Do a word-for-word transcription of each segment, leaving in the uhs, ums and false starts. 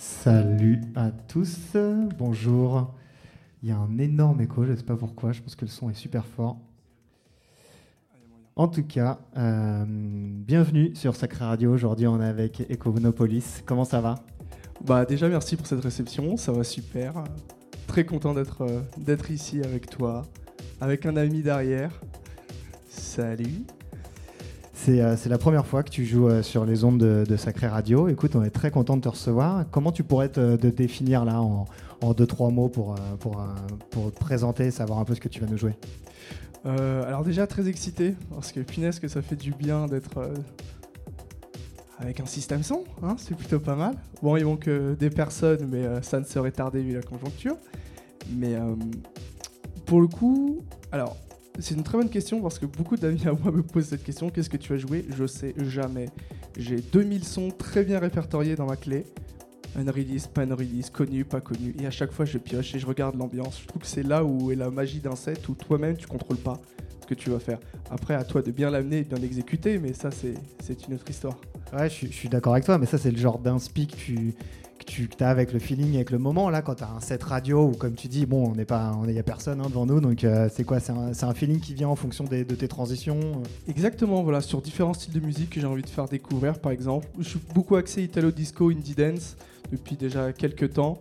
Salut à tous, bonjour. Il y a un énorme écho, je ne sais pas pourquoi, je pense que le son est super fort. En tout cas, euh, bienvenue sur Sacré Radio. Aujourd'hui, on est avec Econopolis. Comment ça va ? Bah déjà, merci pour cette réception, ça va super. Très content d'être, euh, d'être ici avec toi, avec un ami derrière. Salut. C'est, euh, c'est la première fois que tu joues euh, sur les ondes de, de Sacré Radio. Écoute, on est très content de te recevoir. Comment tu pourrais te, te définir là en, en deux, trois mots pour, euh, pour, euh, pour te présenter, savoir un peu ce que tu vas nous jouer ? euh, Alors déjà, très excité, parce que punaise que ça fait du bien d'être euh, avec un système son, hein, c'est plutôt pas mal. Bon, il manque euh, des personnes, mais euh, ça ne serait tardé vu la conjoncture. Mais euh, pour le coup, alors... c'est une très bonne question parce que beaucoup d'amis à moi me posent cette question. Qu'est-ce que tu as joué ? Je sais jamais. J'ai deux mille sons très bien répertoriés dans ma clé. Un release, pas un release, connu, pas connu. Et à chaque fois, je pioche et je regarde l'ambiance. Je trouve que c'est là où est la magie d'un set où toi-même, tu contrôles pas ce que tu vas faire. Après, à toi de bien l'amener et de bien l'exécuter, mais ça, c'est, c'est une autre histoire. Ouais, je, je suis d'accord avec toi, mais ça, c'est le genre d'inspi que tu... que tu as avec le feeling, avec le moment. Là, quand tu as un set radio où, comme tu dis, bon, on n'est pas, il n'y a personne hein, devant nous, donc euh, c'est quoi ? C'est un, c'est un feeling qui vient en fonction des, de tes transitions euh. Exactement, voilà, sur différents styles de musique que j'ai envie de faire découvrir, par exemple. Je suis beaucoup axé Italo Disco, Indie Dance depuis déjà quelques temps.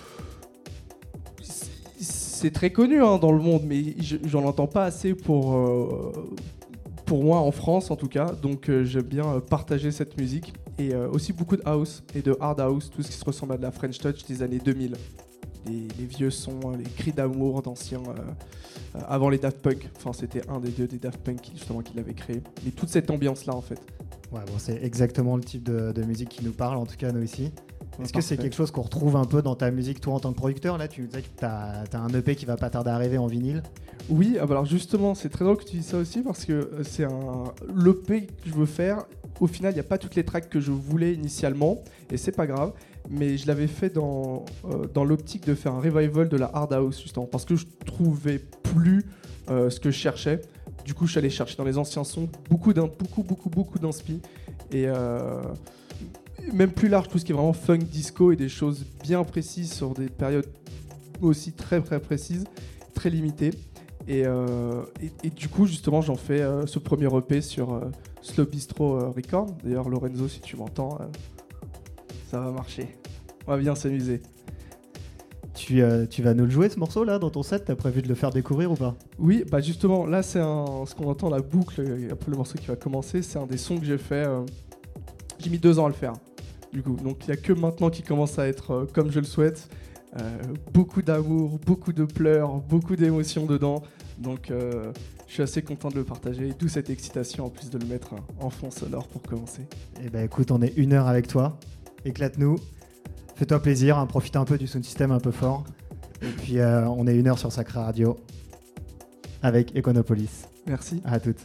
C'est très connu hein, dans le monde, mais je, j'en entends pas assez pour, euh, pour moi en France en tout cas. Donc euh, j'aime bien partager cette musique. Et euh, aussi beaucoup de house et de hard house, tout ce qui se ressemble à de la French Touch des années deux mille. Les, les vieux sons, les cris d'amour d'anciens, euh, euh, avant les Daft Punk. Enfin, c'était un des deux des Daft Punk qui, justement qui l'avait créé. Mais toute cette ambiance-là, en fait. Ouais, bon, c'est exactement le type de, de musique qui nous parle, en tout cas, nous ici. Est-ce Ouais, que c'est quelque chose qu'on retrouve un peu dans ta musique, toi, en tant que producteur ? Là, tu disais que tu as un E P qui va pas tarder à arriver en vinyle. Oui, alors justement, c'est très drôle que tu dises ça aussi parce que c'est un l'E P que je veux faire. Au final, il n'y a pas toutes les tracks que je voulais initialement et c'est pas grave. Mais je l'avais fait dans, euh, dans l'optique de faire un revival de la hard house justement parce que je trouvais plus euh, ce que je cherchais. Du coup, je suis allé chercher dans les anciens sons beaucoup, d'un, beaucoup, beaucoup, beaucoup d'inspi et euh, même plus large, tout ce qui est vraiment funk, disco et des choses bien précises sur des périodes aussi très très précises, très limitées. Et, euh, et, et du coup, justement, j'en fais euh, ce premier E P sur euh, Slow Bistro euh, Record. D'ailleurs, Lorenzo, si tu m'entends, euh, ça va marcher. On va bien s'amuser. Tu, euh, tu vas nous le jouer, ce morceau-là, dans ton set ? T'as prévu de le faire découvrir ou pas ? Oui, bah justement, là, c'est un, ce qu'on entend, la boucle, un peu le morceau qui va commencer. C'est un des sons que j'ai fait. Euh, j'ai mis deux ans à le faire, du coup. Donc, il n'y a que maintenant qu'il commence à être euh, comme je le souhaite. Euh, beaucoup d'amour, beaucoup de pleurs, beaucoup d'émotions dedans. Donc euh, je suis assez content de le partager, d'où cette excitation en plus de le mettre en fond sonore pour commencer. Eh ben écoute, on est une heure avec toi, éclate-nous, fais-toi plaisir, hein, profite un peu du sound system un peu fort. Et puis euh, on est une heure sur Sacré Radio avec Econopolis. Merci. À toutes.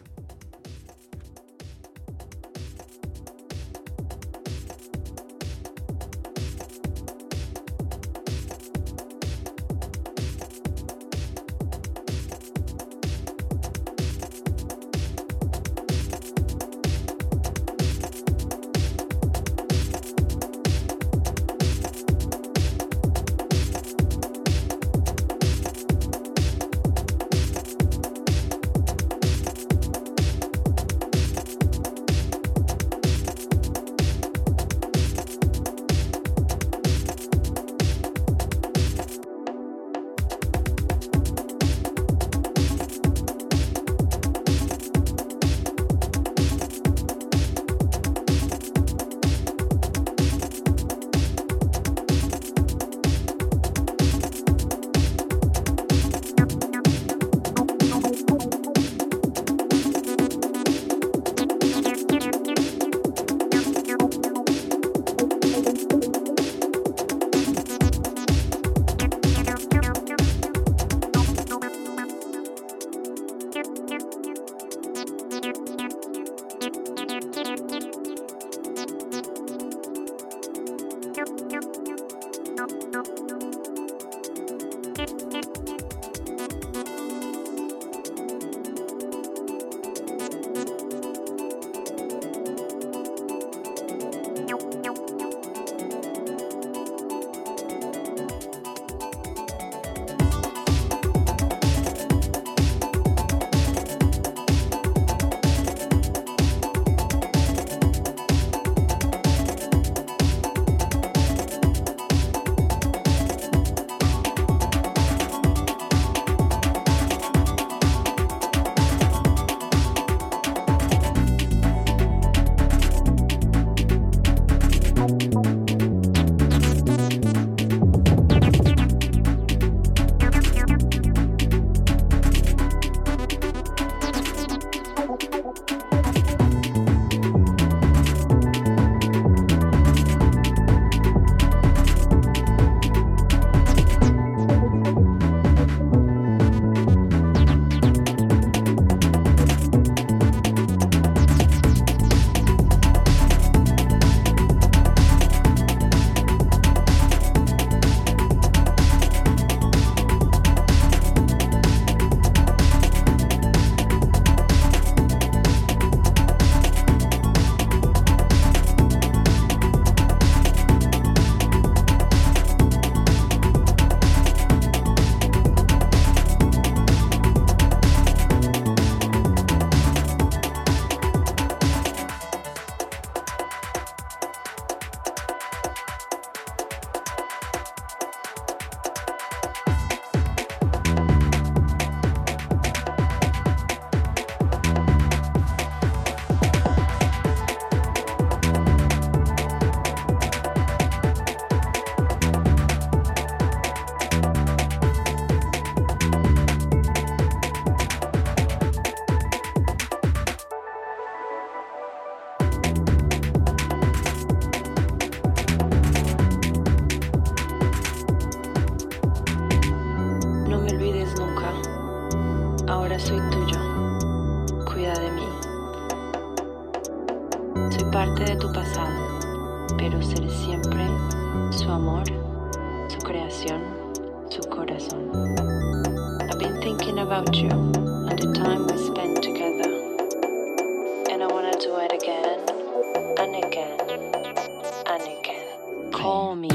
olvides nunca. Ahora soy tuyo. Cuida de mí. Soy parte de tu pasado, pero seré siempre su amor, su creación, su corazón. I've been thinking about you and the time we spent together, and I wanna do it again and again and again. Call me.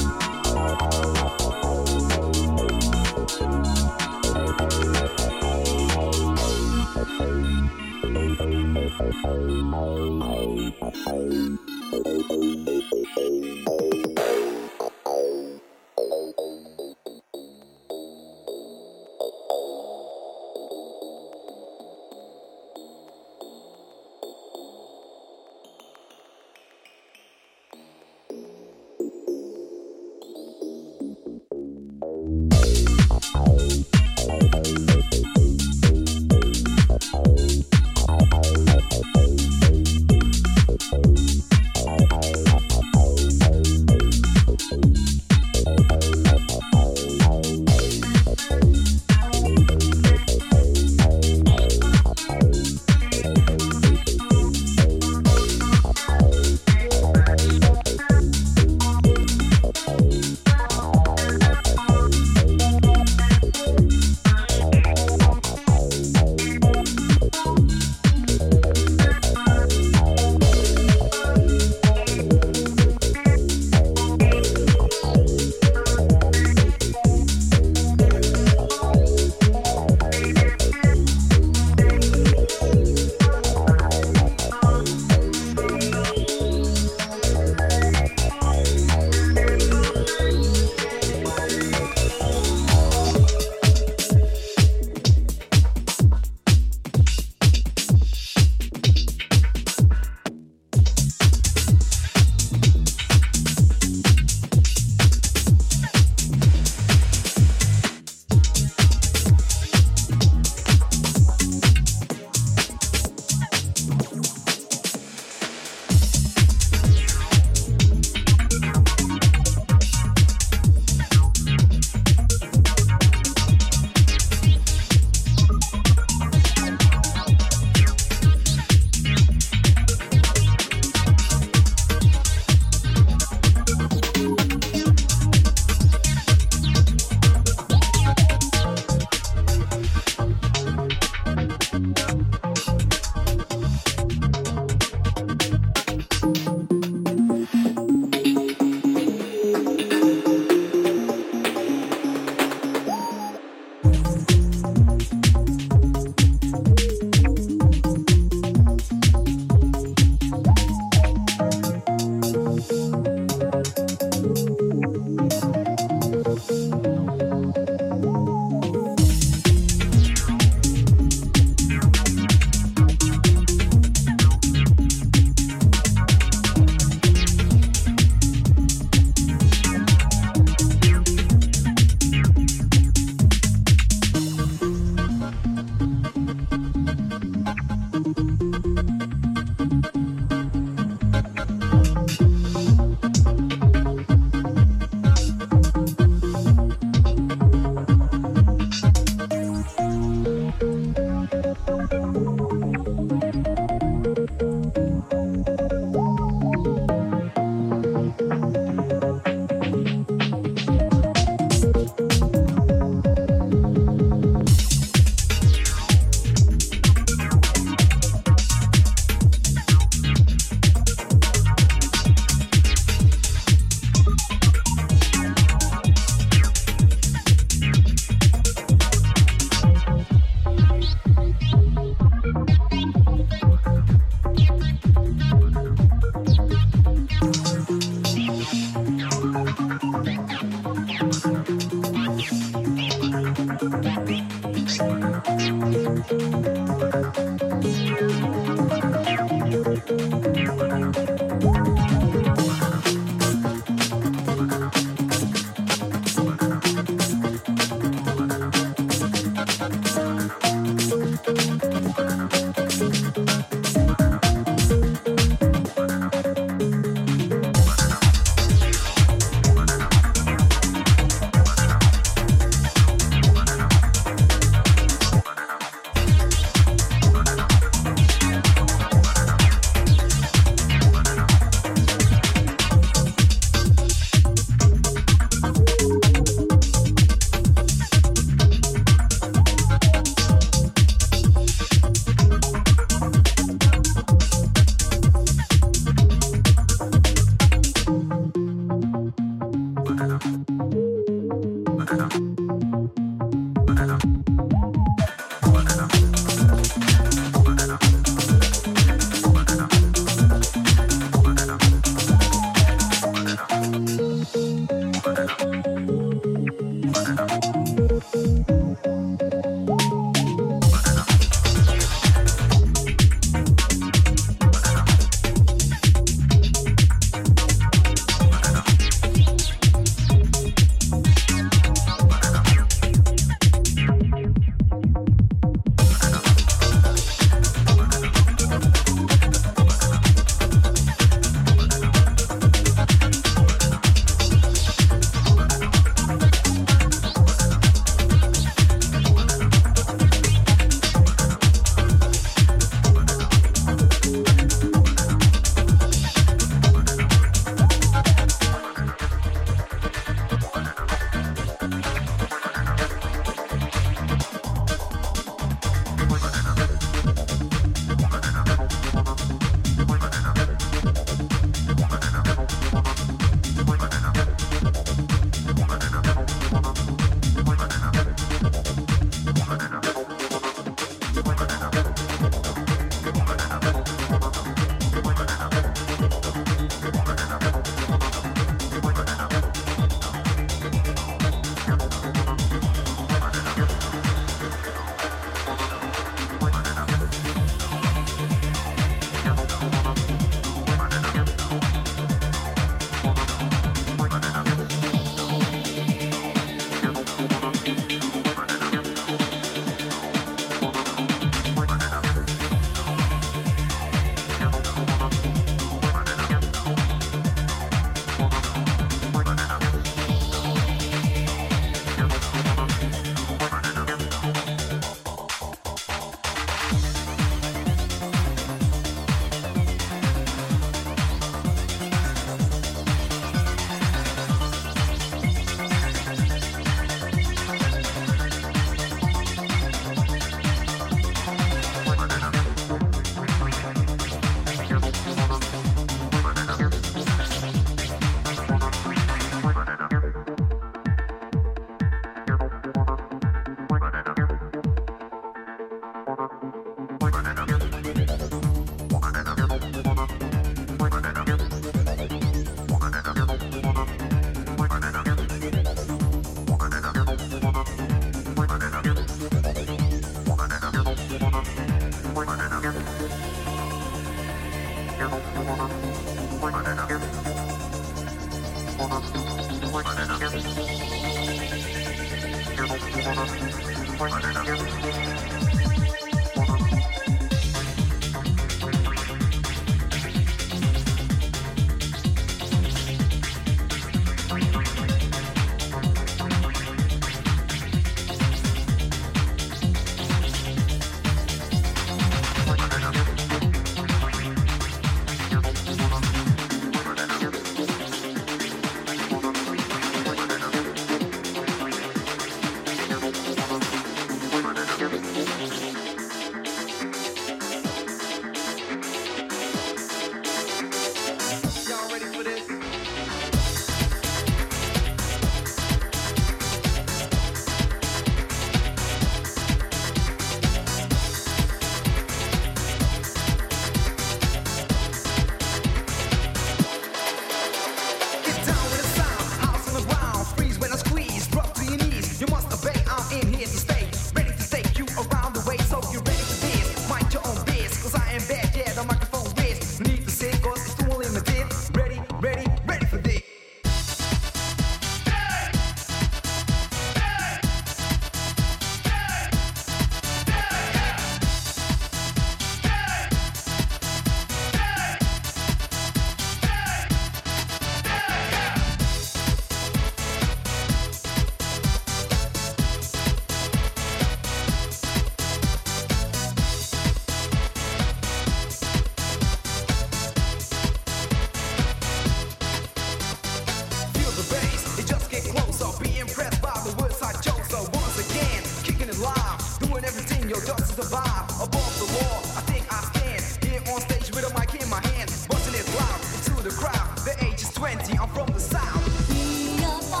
twenty, I'm from the south. Be a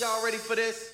y'all ready for this?